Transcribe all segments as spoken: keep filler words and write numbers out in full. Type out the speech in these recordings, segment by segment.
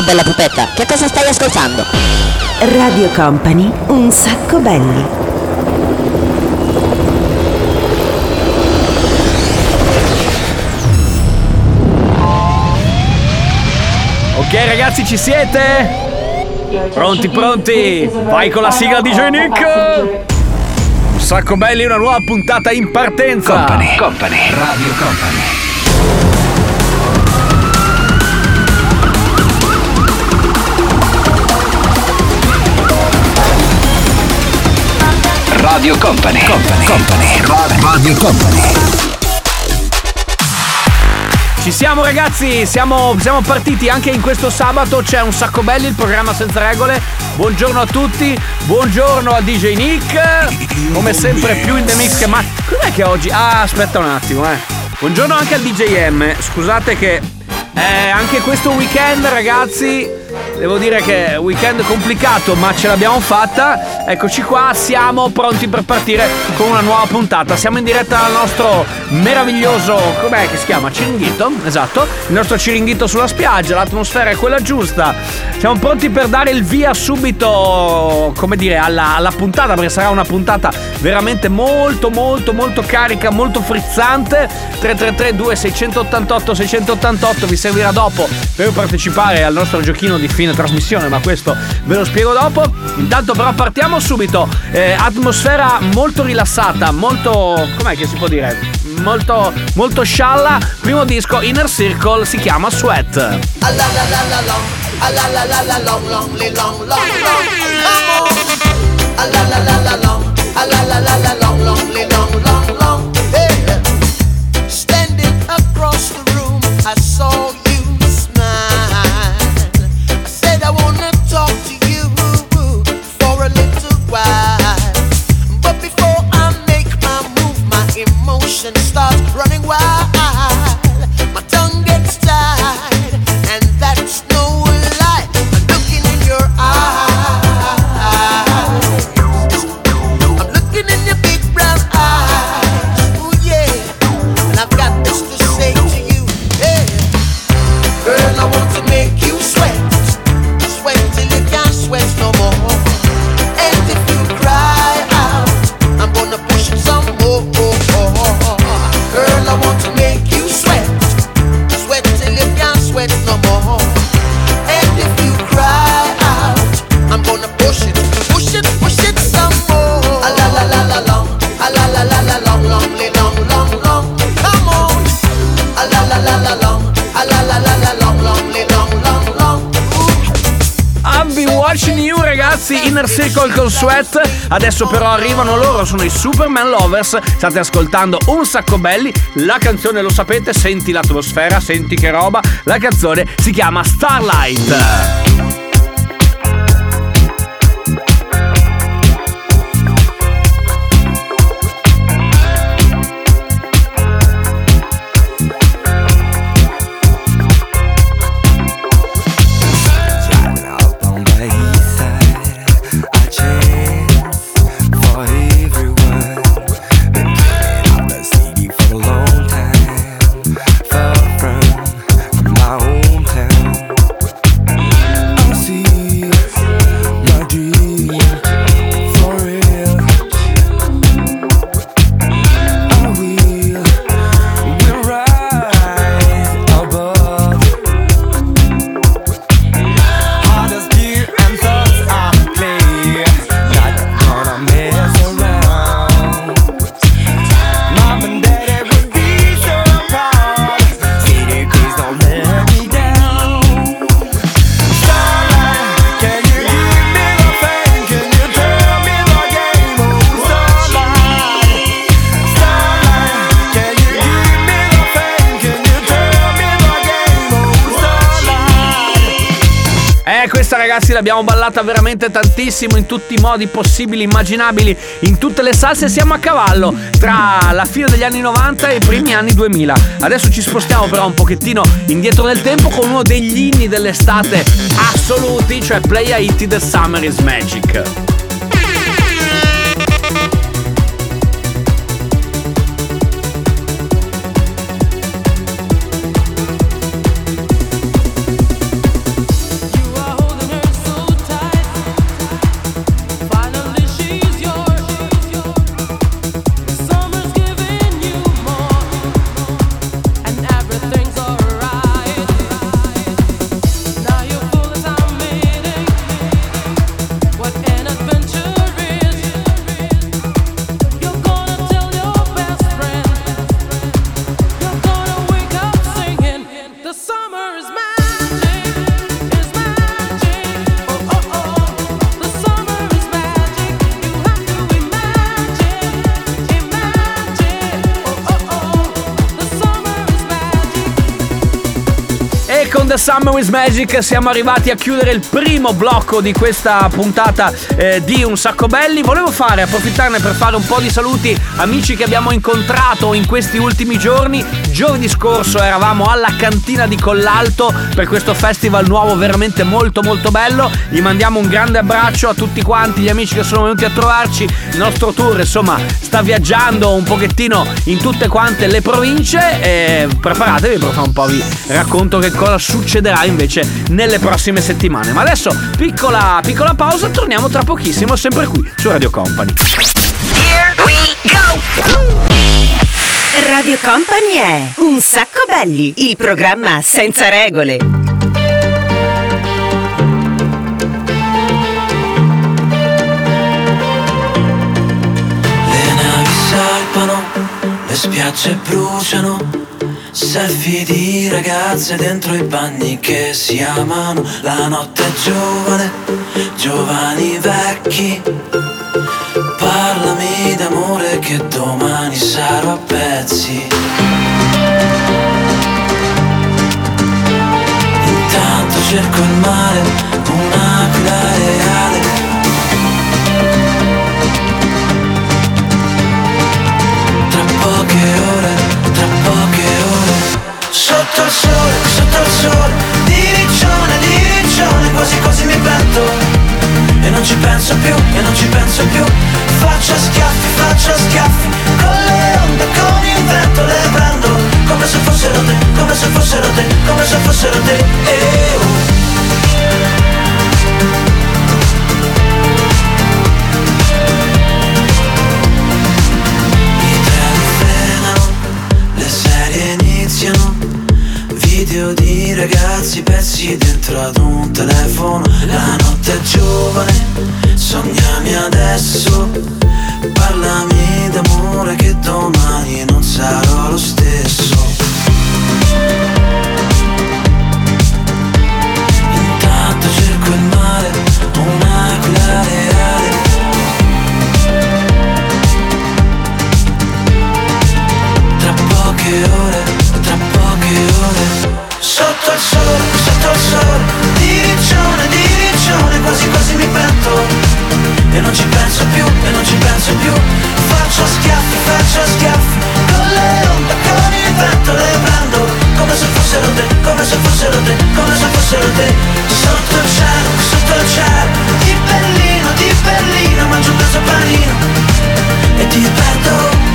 bella pupetta, che cosa stai ascoltando? Radio Company, un sacco belli. Ok ragazzi, ci siete? Pronti, pronti? Vai con la sigla di D J Nick! Un sacco belli, una nuova puntata in partenza! Company, Company, Radio Company. Radio Company, Company, Company, Radio Company. Ci siamo ragazzi, siamo, siamo partiti anche in questo sabato, c'è un sacco belli, il programma senza regole. Buongiorno a tutti, buongiorno a D J Nick, come sempre più in the mix che mai. Cos'è che oggi? Ah, aspetta un attimo, eh. Buongiorno anche al D J M, scusate che eh, anche questo weekend ragazzi, devo dire che è un weekend complicato ma ce l'abbiamo fatta. Eccoci qua, siamo pronti per partire con una nuova puntata. Siamo in diretta al nostro meraviglioso, com'è che si chiama? Ciringhito, esatto. Il nostro ciringhito sulla spiaggia, l'atmosfera è quella giusta. Siamo pronti per dare il via subito, come dire, alla, alla puntata, perché sarà una puntata veramente molto molto molto carica, molto frizzante. Tre tre tre due sei otto otto sei otto otto vi servirà dopo per partecipare al nostro giochino di fine trasmissione, ma questo ve lo spiego dopo. Intanto però partiamo subito. eh, Atmosfera molto rilassata, molto, com'è che si può dire? Molto, molto scialla. Primo disco, Inner Circle, si chiama Sweat. A la la la la long, a la la la la long, long, li long, long, long. Come on. A la la la la long, a la la la la long, long, li long, long, long. Hey. Standing across the room, I saw you smile. I said I wanna talk to you for a little while, but before I make my move, my emotions start running wild. My tongue gets tied, and that's no lie. I'm looking in your eyes. I'm looking in your big brown eyes. Ooh yeah, and I've got this to say to you. Yeah, girl, I want to make you sweat, sweat till you can't sweat no more. And if you cry out, I'm gonna push it some more. Girl, I want to make you sweat, sweat till you can't sweat no more. And if you cry out, I'm gonna push it, push it, push it some more. A la la la la long, a la la la la long, long, li long, long, long. Come on. A la la la la long, a la la la la long, long, li long, long, long. I've been watching you ragazzi, Inner Circle con Sweat. Adesso però arrivano loro, sono i Superman Lovers. State ascoltando Un Sacco Belli. La canzone lo sapete, senti l'atmosfera, senti che roba. La canzone si chiama Starlight. Questa ragazzi l'abbiamo ballata veramente tantissimo, in tutti i modi possibili, immaginabili, in tutte le salse. Siamo a cavallo tra la fine degli anni novanta e i primi anni duemila. Adesso ci spostiamo però un pochettino indietro nel tempo con uno degli inni dell'estate assoluti, cioè Play Haiti, The Summer is Magic. You Summer with Magic, siamo arrivati a chiudere il primo blocco di questa puntata eh, di Un Sacco Belli. Volevo fare, approfittarne per fare un po' di saluti, amici che abbiamo incontrato in questi ultimi giorni. Giovedì scorso eravamo alla cantina di Collalto per questo festival nuovo veramente molto molto bello. Gli mandiamo un grande abbraccio a tutti quanti gli amici che sono venuti a trovarci. Il nostro tour insomma sta viaggiando un pochettino in tutte quante le province e preparatevi per fare un po', vi racconto che cosa succederà invece nelle prossime settimane. Ma adesso piccola piccola pausa, torniamo tra pochissimo sempre qui su Radio Company. Here we go! Radio Company è Un Sacco Belli, il programma senza regole. Le navi salpano, le spiagge bruciano, selfie di ragazze dentro i bagni che si amano. La notte è giovane, giovani vecchi. Parlami d'amore che domani sarò a pezzi. Intanto cerco il mare, un'aquila reale. Tra poche ore, tra poche ore. Sotto il sole, sotto il sole, di riccione, di riccione, quasi quasi mi pento. E non ci penso più, e non ci penso più. Faccio schiaffi, faccio schiaffi, con le onde, con il vento le prendo, come se fossero te, come se fossero te, come se fossero te. E uh. I treni frenano, le serie iniziano, video di ragazzi persi dentro ad un telefono. La notte è giovane, sognami adesso, parlami d'amore che domani non sarò lo stesso. Intanto cerco il mare, un'aquila reale. Tra poche ore, tra poche ore. Sotto il sole, sotto il sole, di riccione, di riccione, quasi quasi mi pento. E non ci penso più, e non ci penso più. Faccio schiaffi, faccio schiaffi, con le onde, con il vento le prendo, come se fossero te, come se fossero te, come se fossero te. Sotto il cielo, sotto il cielo, di Berlino, di Berlino, mangio un pezzo panino e ti perdo.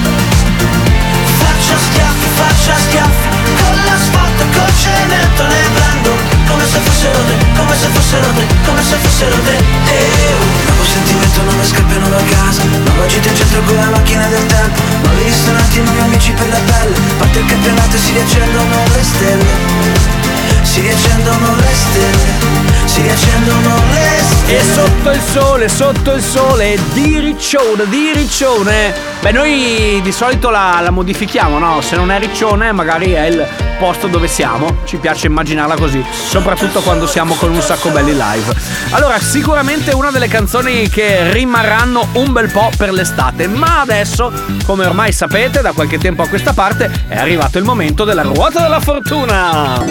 Faccio schiaffi, faccio schiaffi, con l'asfalto, col cemento le prendo, come se fossero te, come se fossero te, come se fossero te. E uh. Nuovo sentimento, nuove scarpe, nuova casa, nuova gita in centro con la macchina del tempo, nuovi ristoranti, nuovi amici per la pelle. Parte il campionato e si riaccendono le stelle, si riaccendono le stelle, si riaccendono le stelle. E sotto il sole, sotto il sole, di riccione, di riccione. Beh, noi di solito la, la modifichiamo, no? Se non è riccione magari è il posto dove siamo. Ci piace immaginarla così, soprattutto quando siamo con Un Sacco Belli live. Allora, sicuramente una delle canzoni che rimarranno un bel po' per l'estate. Ma adesso, come ormai sapete, da qualche tempo a questa parte è arrivato il momento della ruota della fortuna.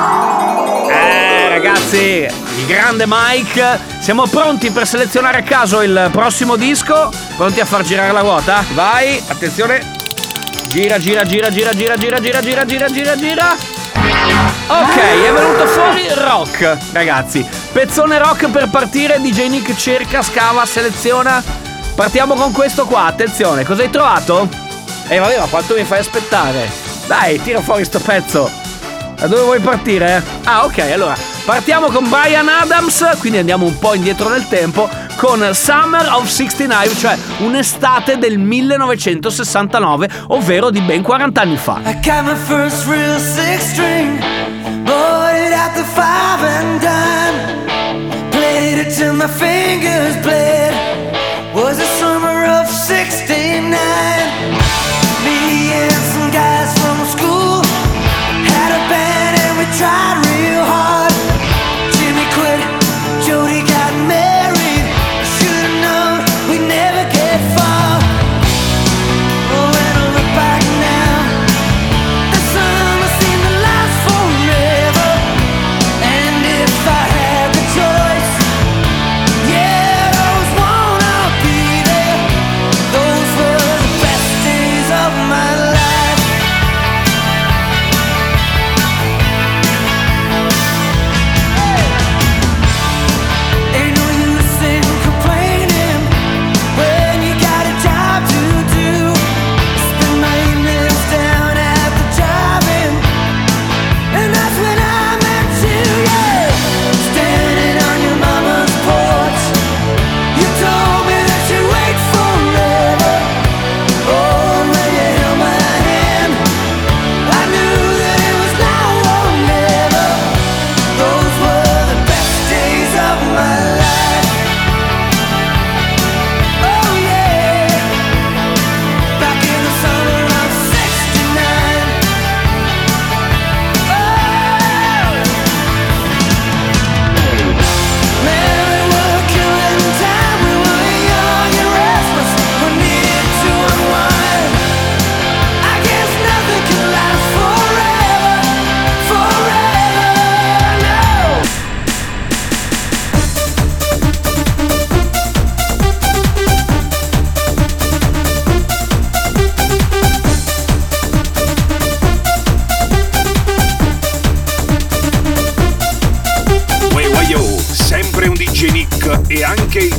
Eh, ragazzi, il grande Mike, siamo pronti per selezionare a caso il prossimo disco? Pronti a far girare la ruota? Vai, attenzione. Gira, gira, gira, gira, gira, gira, gira, gira, gira, gira, gira. Ok, è venuto fuori rock, ragazzi. Pezzone rock per partire. D J Nick cerca, scava, seleziona. Partiamo con questo qua, attenzione. Cosa hai trovato? Eh vabbè, ma quanto mi fai aspettare? Dai, tira fuori sto pezzo. Da dove vuoi partire? Ah, ok, allora partiamo con Bryan Adams, quindi andiamo un po' indietro nel tempo, con Summer of sessantanove, cioè un'estate del millenovecentosessantanove, ovvero di ben quaranta anni fa. I got my first real six string, bought it at the five and dime, played it till my fingers bled, was the summer of sixty-nine. Me and some guys from school had a band and we tried real hard. Jimmy quit, Jody got married, should've known we'd never get far. Oh, when I look back now, the summer seemed to last forever.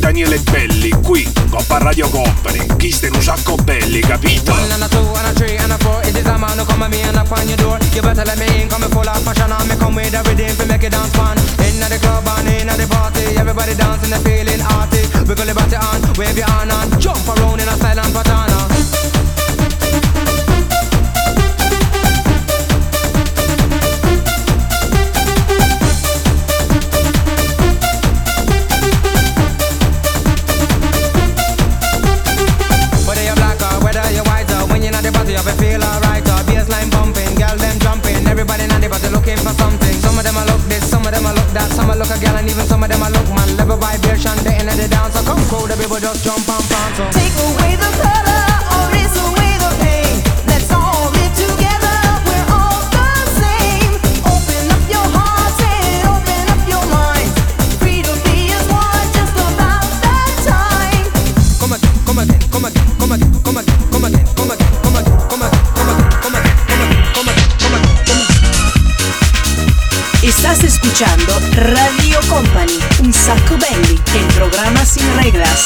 Daniele Belli, qui, Coppa Radio Company. Chi sta in un sacco belli, capito? One and a two and a three and a four. It is a man who come at me and knock on your door. You better let me in, come full of passion. And me come with every day to make it dance fun. Inna the club and inna the party, everybody dancing and feeling arty. Wiggle your body on, wave your hand on, jump around in a silent patana. You have a feel alright, uh, bassline bumping, girl them jumping, everybody now they but looking for something. Some of them a look this, some of them a look that, some a look a girl and even some of them a look man. Level vibration, they in the dance, so come cool, the people just jump and bounce. So. Take away the color, or erase away the pain. Let's all live together, we're all the same. Open up your hearts and open up your minds. Free to be as one, just about that time. Come again, come again, come again, come again, come again, come again, come again. Estás escuchando Radio Company, un sacco belli, el programa sin reglas.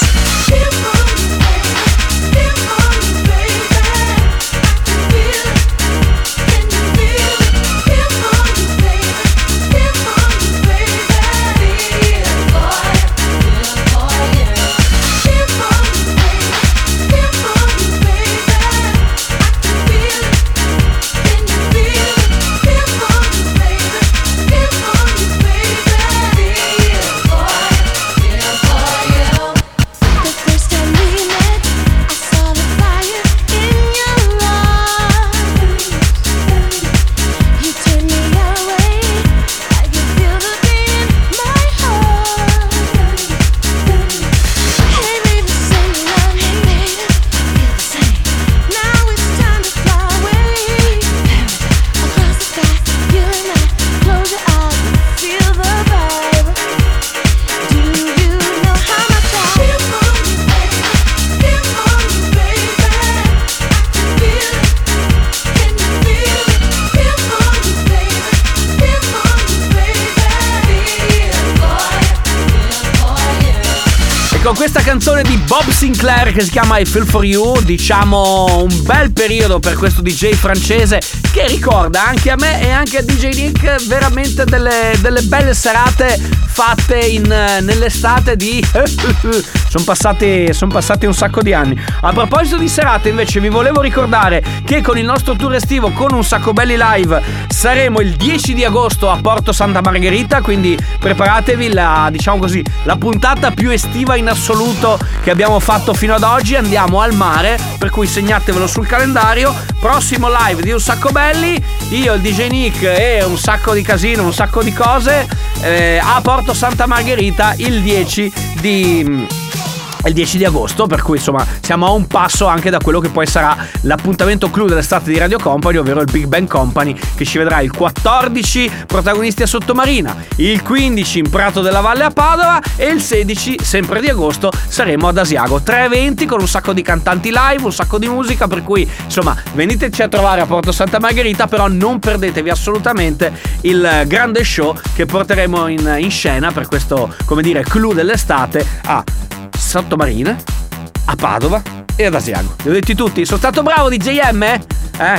Con questa canzone di Bob Sinclair che si chiama I Feel For You, diciamo un bel periodo per questo D J francese che ricorda anche a me e anche a D J Nick veramente delle, delle belle serate fatte in, nell'estate di... sono passati, son passati un sacco di anni. A proposito di serate invece vi volevo ricordare che con il nostro tour estivo con un sacco belli live saremo il dieci di agosto a Porto Santa Margherita, quindi preparatevi la, diciamo così, la puntata più estiva in assoluto che abbiamo fatto fino ad oggi. Andiamo al mare, per cui segnatevelo sul calendario. Prossimo live di un sacco belli, io, il D J Nick e un sacco di casino, un sacco di cose eh, a Porto Santa Margherita il dieci di il dieci di agosto, per cui insomma siamo a un passo anche da quello che poi sarà l'appuntamento clou dell'estate di Radio Company, ovvero il Big Bang Company, che ci vedrà il quattordici protagonisti a Sottomarina, il quindici in Prato della Valle a Padova e il sedici sempre di agosto saremo ad Asiago. Tre eventi con un sacco di cantanti live, un sacco di musica, per cui insomma veniteci a trovare a Porto Santa Margherita, però non perdetevi assolutamente il grande show che porteremo in, in scena per questo, come dire, clou dell'estate a Sottomarina, a Padova e ad Asiago. Li ho detti tutti? Sono stato bravo D J M? Eh?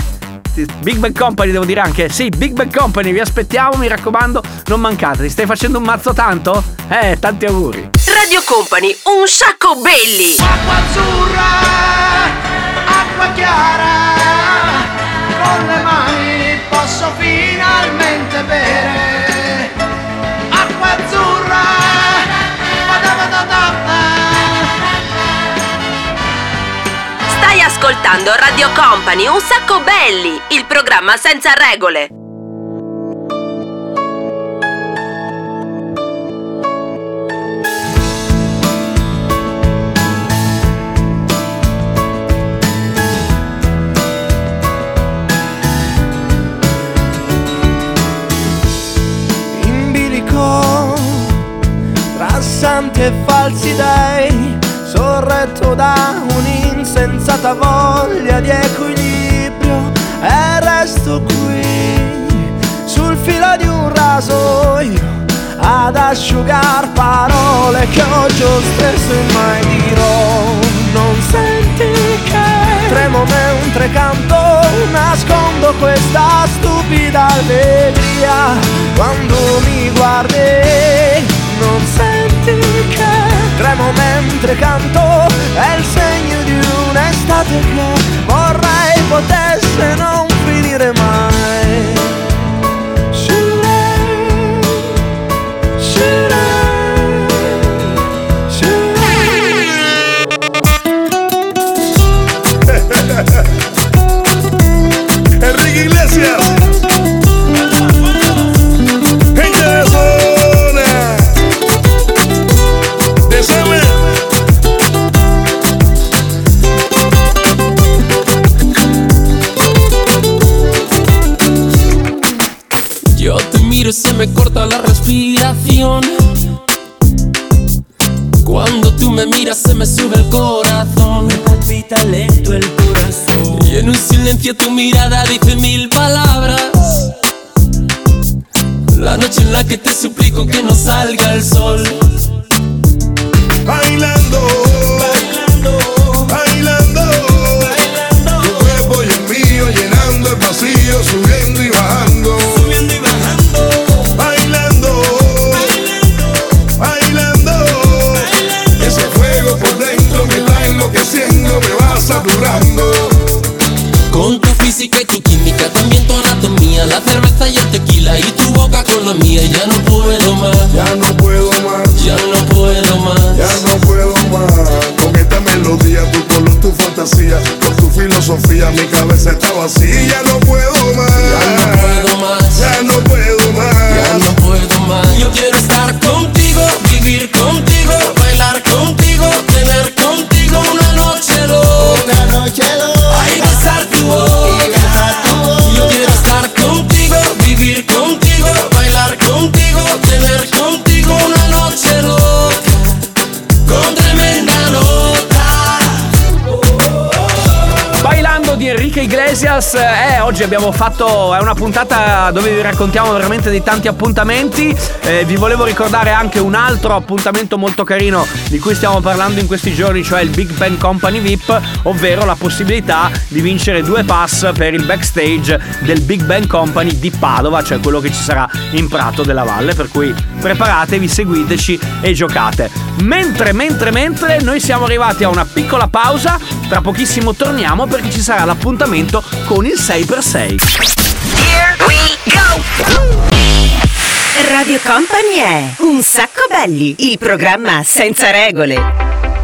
Big Bang Company devo dire anche. Sì, Big Bang Company, vi aspettiamo, mi raccomando, non mancate. Ti stai facendo un mazzo tanto? Eh, tanti auguri. Radio Company, un sacco belli. Acqua azzurra, acqua chiara, con le mani posso finalmente bere. Acqua azzurra, vada vada vada. Stai ascoltando Radio Company, un sacco belli, il programma senza regole. In bilico, tra santi e falsi dei, sorretto da un'insensata voglia di equilibrio, e resto qui sul filo di un rasoio ad asciugar parole che oggi ho spesso e mai dirò. Non senti che tremo mentre canto, nascondo questa stupida allegria quando mi guardi. Non senti che tremo mentre canto, è il segno di un'estate che vorrei potesse non finire mai. Enrique Iglesias, gente de zona, de Summer. Yo te miro y se me corta la respiración. Cuando tú me miras se me sube el corazón. Me palpita lento el corazón. Y en un silencio tu mirada dice mil palabras. La noche en la que te suplico que no salga el sol. Bailando, bailando, bailando, bailando. Tu cuerpo y el mío llenando el vacío, subiendo y bajando, subiendo y bajando. Bailando, bailando, bailando, bailando. Ese fuego por dentro me está enloqueciendo, me va saturando. Con tu física y tu química, también tu anatomía, la cerveza y el tequila y tu boca con la mía. Ya no puedo más, ya no puedo más, ya no puedo más, ya no puedo más. Con esta melodía, tu color, tu fantasía, con tu filosofía, mi cabeza está vacía. Ya no puedo más, ya no puedo más, ya no puedo más, ya no puedo más. Yo quiero estar contigo, vivir contigo, bailar contigo, tener contigo una noche loca, una noche loca. Ay, besar tu voz, besar tu voz. Yo quiero estar contigo, vivir contigo, bailar contigo, tener contigo una noche loca, con tremenda nota. Bailando di Enrique Iglesias. Eh, oggi abbiamo fatto, è una puntata dove vi raccontiamo veramente di tanti appuntamenti. Eh, vi volevo ricordare anche un altro appuntamento molto carino di cui stiamo parlando in questi giorni, cioè il Big Bang Company V I P, ovvero la possibilità di vincere due pass per il backstage del Big Bang Company di Padova, cioè quello che ci sarà in Prato della Valle, per cui preparatevi, seguiteci e giocate. Mentre, mentre, mentre noi siamo arrivati a una piccola pausa, tra pochissimo torniamo perché ci sarà l'appuntamento con il sei per sei. Here we go! Radio Company è Un Sacco Belli, il programma senza regole.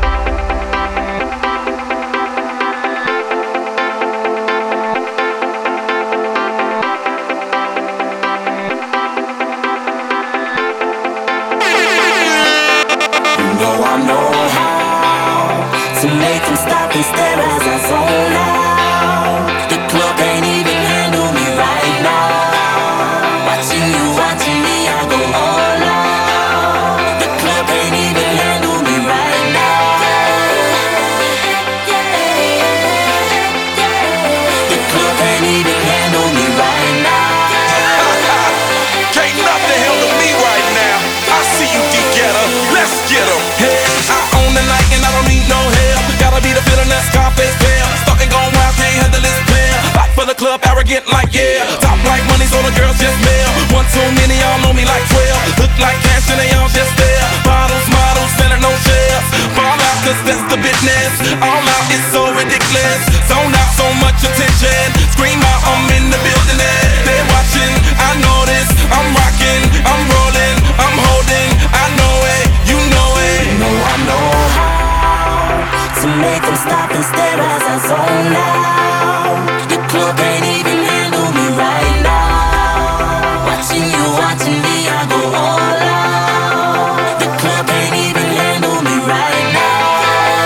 Arrogant like yeah, top like money so the girls just mail. One too many, y'all know me like twelve. Look like cash and they all just there. Bottles, models, selling no shares. Fall out cause that's the business. All out is so ridiculous. Zone out, so much attention. Scream out, I'm in the building and they're watching, I know this. I'm rocking, I'm rolling, I'm holding. I know it, you know it. You know I know how to make them stop and stare as I zone out. The club ain't even handle me right now. Watching you, watching me, I go all out. The club ain't even handle me right now.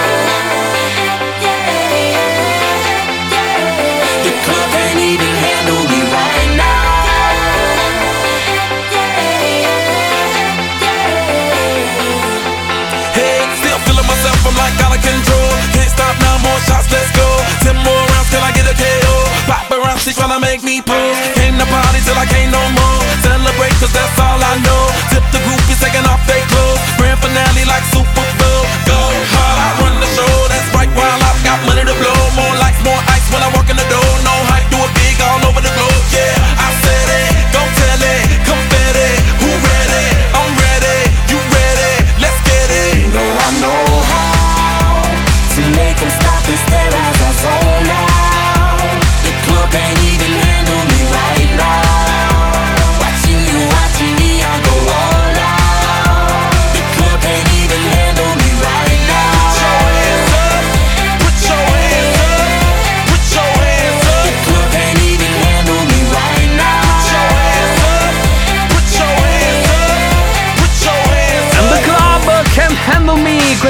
The club ain't even handle me right now. Hey, still feeling myself, I'm like out of control. Can't stop now, more shots, let's go. Ten more rounds till I get a K O. Paparazzi tryna make me pose. Came to party till I can't no more. Celebrate cause that's all I know. Tip the groupies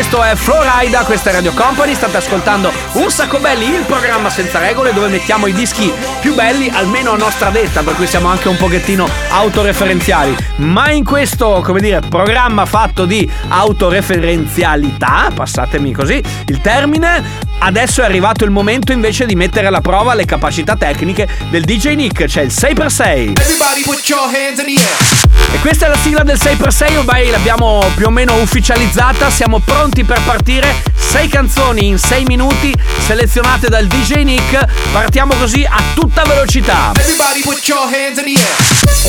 questo è Florida, questa è Radio Company, state ascoltando Un Sacco Belli, il programma senza regole dove mettiamo i dischi più belli, almeno a nostra detta, per cui siamo anche un pochettino autoreferenziali. Ma in questo, come dire, programma fatto di autoreferenzialità, passatemi così il termine, adesso è arrivato il momento invece di mettere alla prova le capacità tecniche del D J Nick, c'è il sei per sei. Everybody put your hands in the air. E questa è la sigla del sei per sei, ormai l'abbiamo più o meno ufficializzata, siamo pronti per partire, sei canzoni in sei minuti selezionate dal D J Nick, partiamo così a tutta velocità. Everybody put your hands in the air.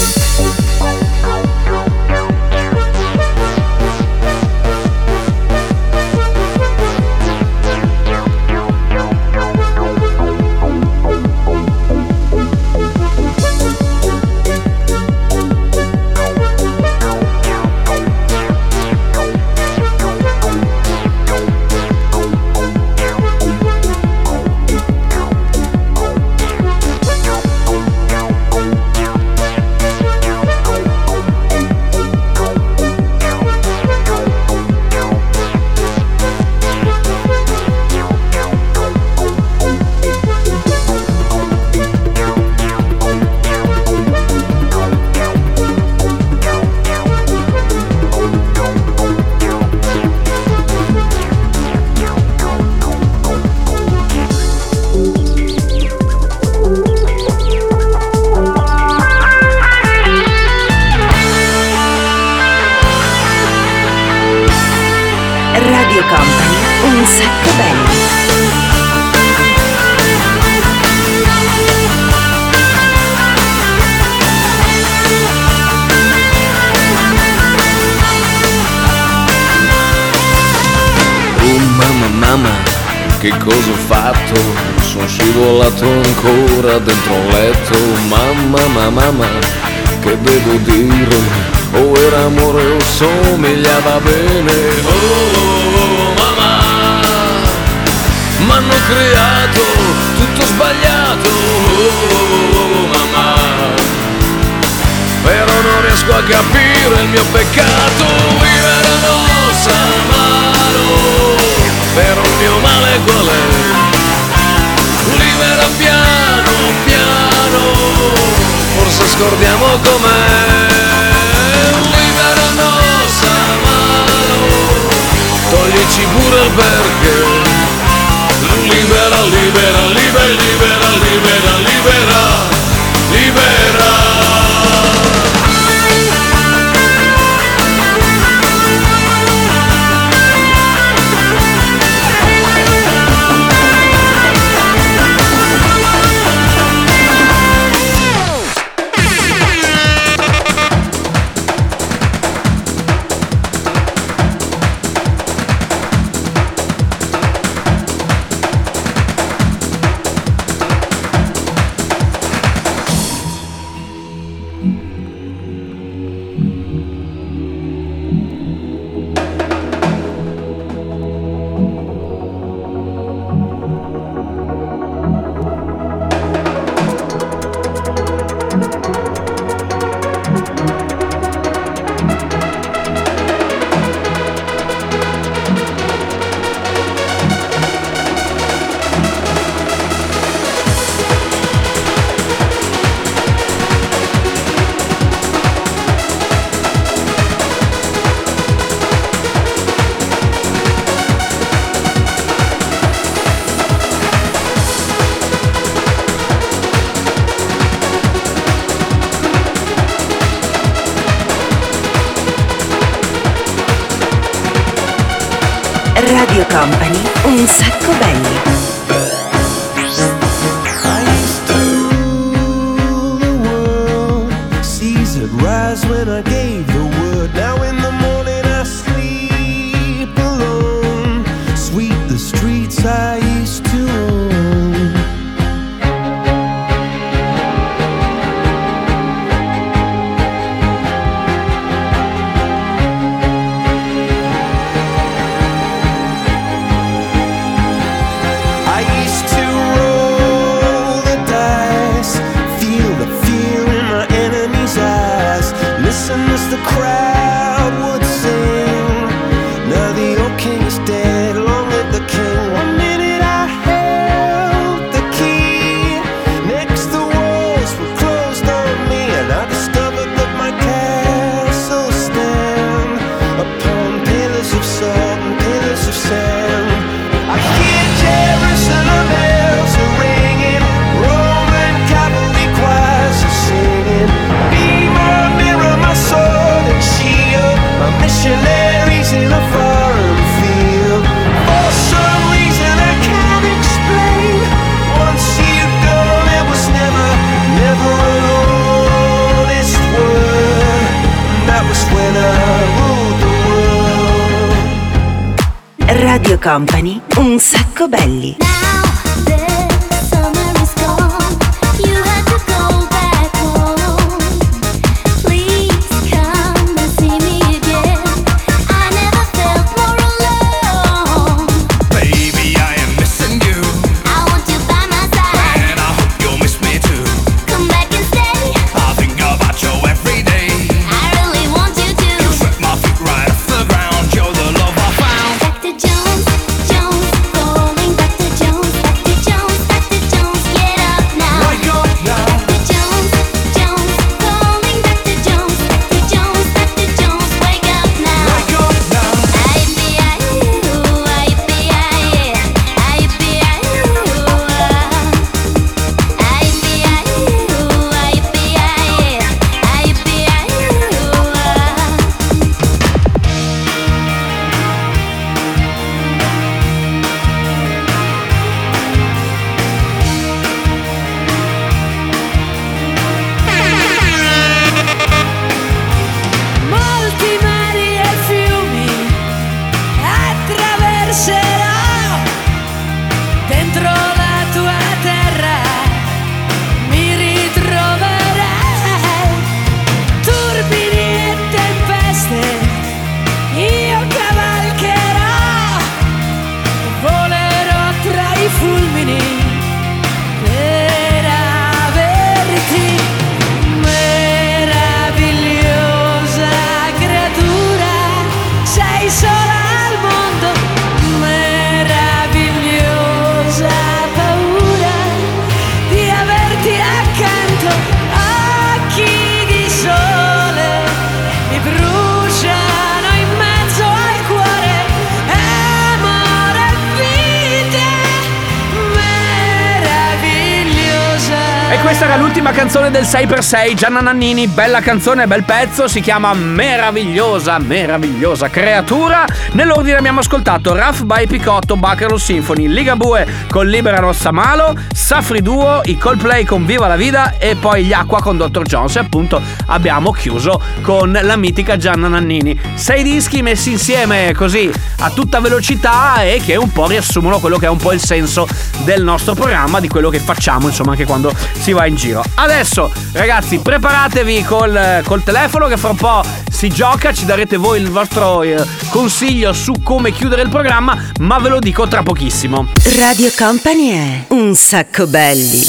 Radio Company, un sacco belli. Oh mamma mamma, che cosa ho fatto? Sono scivolato ancora dentro un letto. Mamma mamma mamma, che devo dire? O era amore o somigliava bene. Oh, oh, oh mamma, m'hanno creato tutto sbagliato. Oh, oh, oh mamma, però non riesco a capire il mio peccato. Vivere non sa malo, però il mio male qual è? Libera piano piano, forse scordiamo com'è. Toglici pure il perché. Libera, libera, libera, libera, libera, libera, libera. Radio Company, un sacco belli. Rise when I gave the word. Now in the morning I sleep alone. Sweep the streets I used to own. I used to roll the dice, feel the fear in my enemy's eyes. Listen as the crowd would sing. Now the old king is dead. Company, un sacco belli. Questa era l'ultima canzone del sei per sei, Gianna Nannini, bella canzone, bel pezzo, si chiama Meravigliosa, meravigliosa creatura. Nell'ordine abbiamo ascoltato Rough by Picotto, Buckaroo Symphony, Ligabue con Libera Rossa Malo, Safri Duo, i Coldplay con Viva la Vida e poi gli Aqua con doctor Jones e appunto abbiamo chiuso con la mitica Gianna Nannini. Sei dischi messi insieme così a tutta velocità e che un po' riassumono quello che è un po' il senso del nostro programma, di quello che facciamo insomma anche quando si va in giro. Adesso ragazzi preparatevi col, col telefono che fra un po' si gioca, ci darete voi il vostro eh, consiglio su come chiudere il programma, ma ve lo dico tra pochissimo. Radio Company è un sacco belli.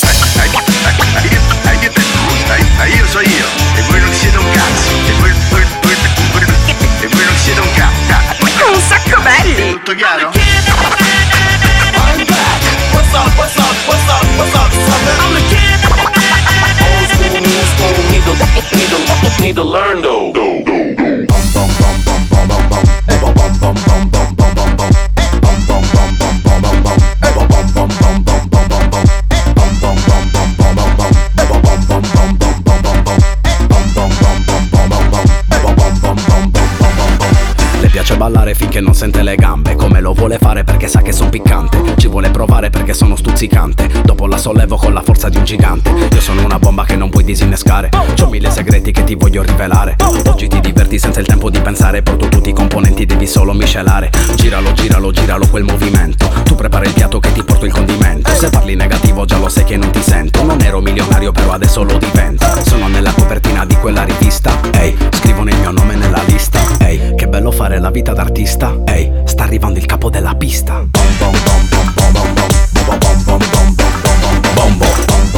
Io so io e voi non siete un cazzo e voi, voi, voi, voi, e voi non siete un cazzo. Un sacco belli. Tutto chiaro? I'm back. What's up, what's up, what's up, what's up, sucker? I'm the kid. Old school, new school, need to, need to, need to learn though. Go, go, go. Bum, bum, bum, bum, bum, bum, bum. Bum, bum, bum, bum, bum, bum, bum, bum. Bum, bum, bum, bum, bum, bum, bum. Bum, bum, bum, bum, bum, bum, bum, bum. Bum, bum, bum, bum, bum, bum, bum. Bum, bum, bum, bum, bum, bum, bum, bum. Bum, bum, bum, bum, bum, bum, bum. Bum, bum, bum, bum, bum, bum, bum. Le piace ballare finché non sente le gambe, come lo vuole fare perché sa che son piccante. Ci vuole provare perché sono stuzzicante, dopo la sollevo con la forza di un gigante. Io sono una bomba che non puoi disinnescare, c'ho mille segreti che ti voglio rivelare. Oggi ti diverti senza il tempo di pensare, porto tutti i componenti, devi solo miscelare. Giralo, giralo, giralo quel movimento, tu prepara il piatto che ti porto il condimento. Se parli negativo già lo sai che non ti sento, non ero milionario però adesso lo divento. Sono nella copertina di quella rivista, ehi, scrivono il mio nome nella lista. Ehi, che bello fare la vita d'artista, ehi, sta arrivando il capo della pista. Bom bom bom bom bom bom bom bom bom bom bom bom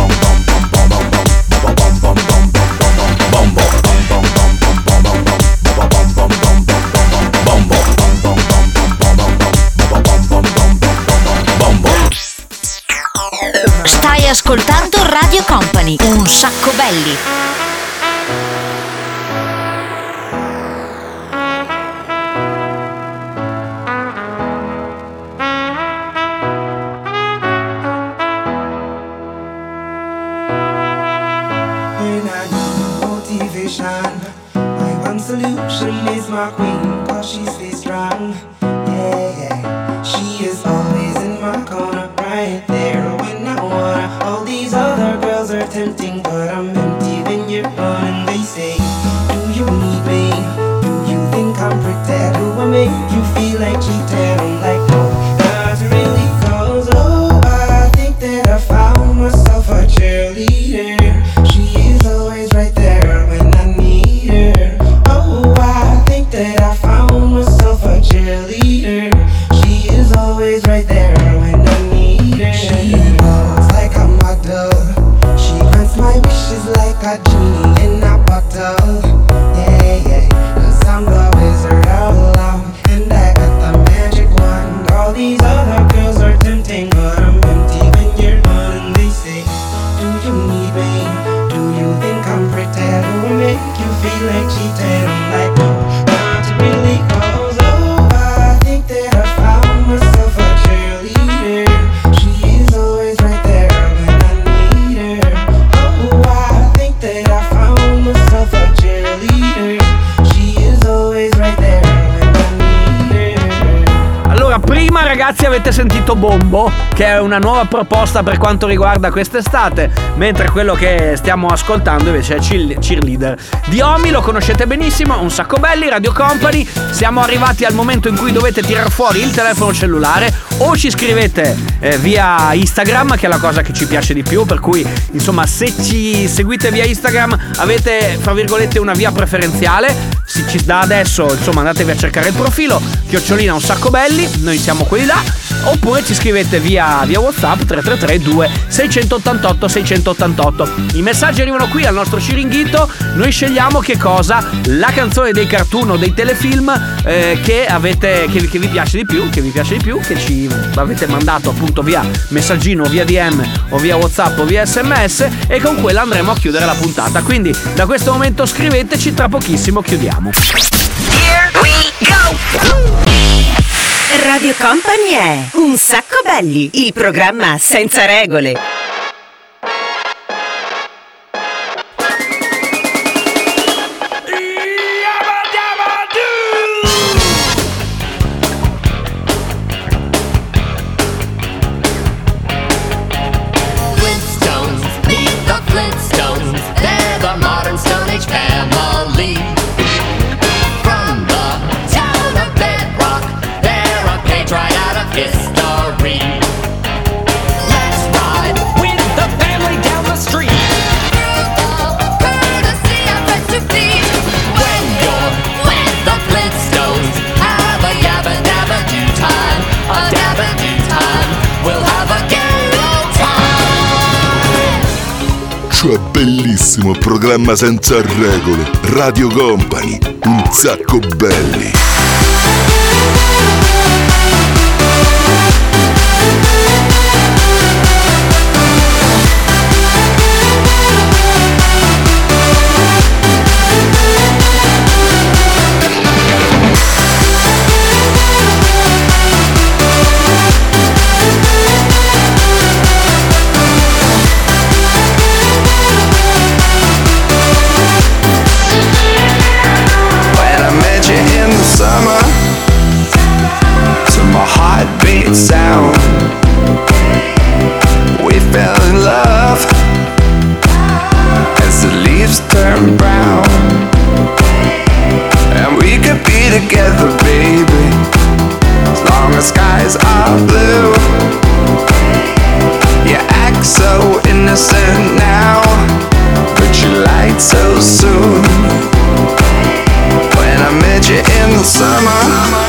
Stai ascoltando Radio Company, un sacco belli. My one solution is my queen, cause she stays strong. Yeah, yeah. She is always in my corner, right there when I wanna. All these other girls are tempting, but I'm empty when you're gone. And they say, do you need me? Do you think I'm pretend? Do I make you feel like cheating? I'm like, no. avete sentito Bombo, che è una nuova proposta per quanto riguarda quest'estate, mentre quello che stiamo ascoltando invece è Cheerleader di Omi. Lo conoscete benissimo, Un Sacco Belli, Radio Company. Siamo arrivati al momento in cui dovete tirar fuori il telefono cellulare o ci scrivete eh, via Instagram, che è la cosa che ci piace di più, per cui insomma se ci seguite via Instagram avete fra virgolette una via preferenziale. Si, ci, da adesso insomma andatevi a cercare il profilo chiocciolina Un Sacco Belli, noi siamo quelli là, oppure ci scrivete via, via WhatsApp tre tre tre due sei otto otto sei otto otto. I messaggi arrivano qui al nostro Ciringhito, noi scegliamo che cosa, la canzone dei cartoon o dei telefilm eh, che avete che, che vi piace di più, che vi piace di più, che ci avete mandato appunto via messaggino, via D M o via WhatsApp o via S M S, e con quella andremo a chiudere la puntata. Quindi da questo momento scriveteci, tra pochissimo chiudiamo. Here we go! Radio Company è Un Sacco Belli, il programma senza regole. Flintstones, meet the Flintstones. They're the modern Stone Age family. From the town of Bedrock, they're a page right out of history. Let's ride with the family down the street. Courtesy of Fetch to Feet. When you're with the Flintstones, have a yabba dabba do time, a dabba do time. We'll have a gay old time. Cioè bellissimo programma senza regole. Radio Company, Un Sacco Belli. When I met you in the summer, to my heartbeat sound, we fell in love as the leaves turn brown, and we could be together, baby, as long as skies are blue. You act so innocent now, but you lied so soon. When I met you in the summer,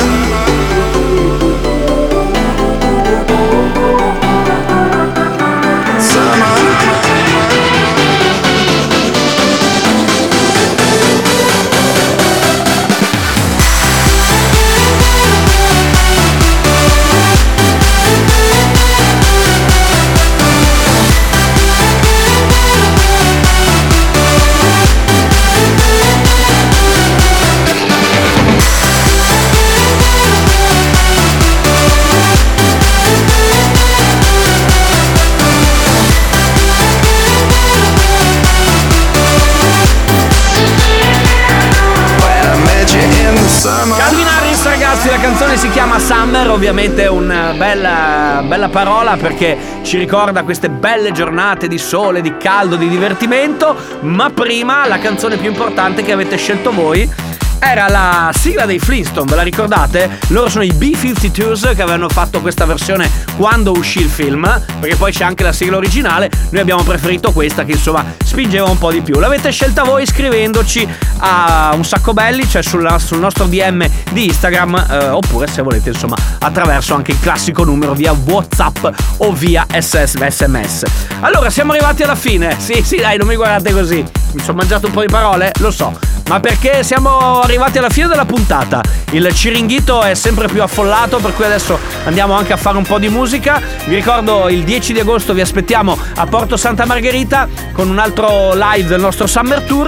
Calvin Harris, ragazzi, la canzone si chiama Summer, ovviamente è una bella, bella parola perché ci ricorda queste belle giornate di sole, di caldo, di divertimento. Ma prima la canzone più importante che avete scelto voi era la sigla dei Flintstone, ve la ricordate? Loro sono i B cinquantadue che avevano fatto questa versione quando uscì il film, perché poi c'è anche la sigla originale. Noi abbiamo preferito questa che insomma spingeva un po' di più. L'avete scelta voi scrivendoci a Un Sacco Belli, cioè sul, sul nostro D M di Instagram, eh, oppure se volete insomma attraverso anche il classico numero via WhatsApp o via S M S. Allora siamo arrivati alla fine. Sì sì dai, non mi guardate così, mi sono mangiato un po' di parole, lo so, ma perché siamo arrivati alla fine della puntata. Il Ciringhito è sempre più affollato, per cui adesso andiamo anche a fare un po' di musica. Vi ricordo, il dieci di agosto vi aspettiamo a Porto Santa Margherita con un altro live del nostro Summer Tour.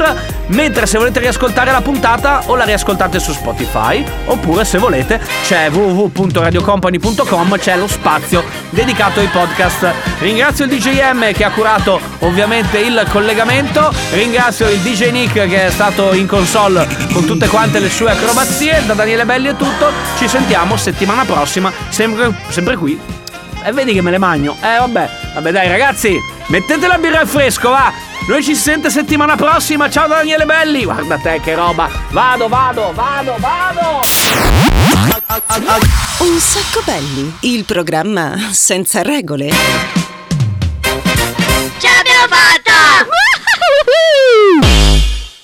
mentre se volete riascoltare la puntata o la riascoltate su Spotify, oppure se volete c'è w w w punto radio company punto com, c'è lo spazio dedicato ai podcast. Ringrazio il D J M che ha curato ovviamente il collegamento, ringrazio il D J Nick che è stato in console con tutte quante le sue acrobazie. Da Daniele Belli è tutto, ci sentiamo settimana prossima, sempre, sempre qui. E vedi che me le magno. Eh vabbè, vabbè dai ragazzi, mettete la birra al fresco, va. Noi ci si sente settimana prossima. Ciao da Daniele Belli. Guarda te che roba. Vado, vado, vado, vado. Un sacco belli, il programma senza regole.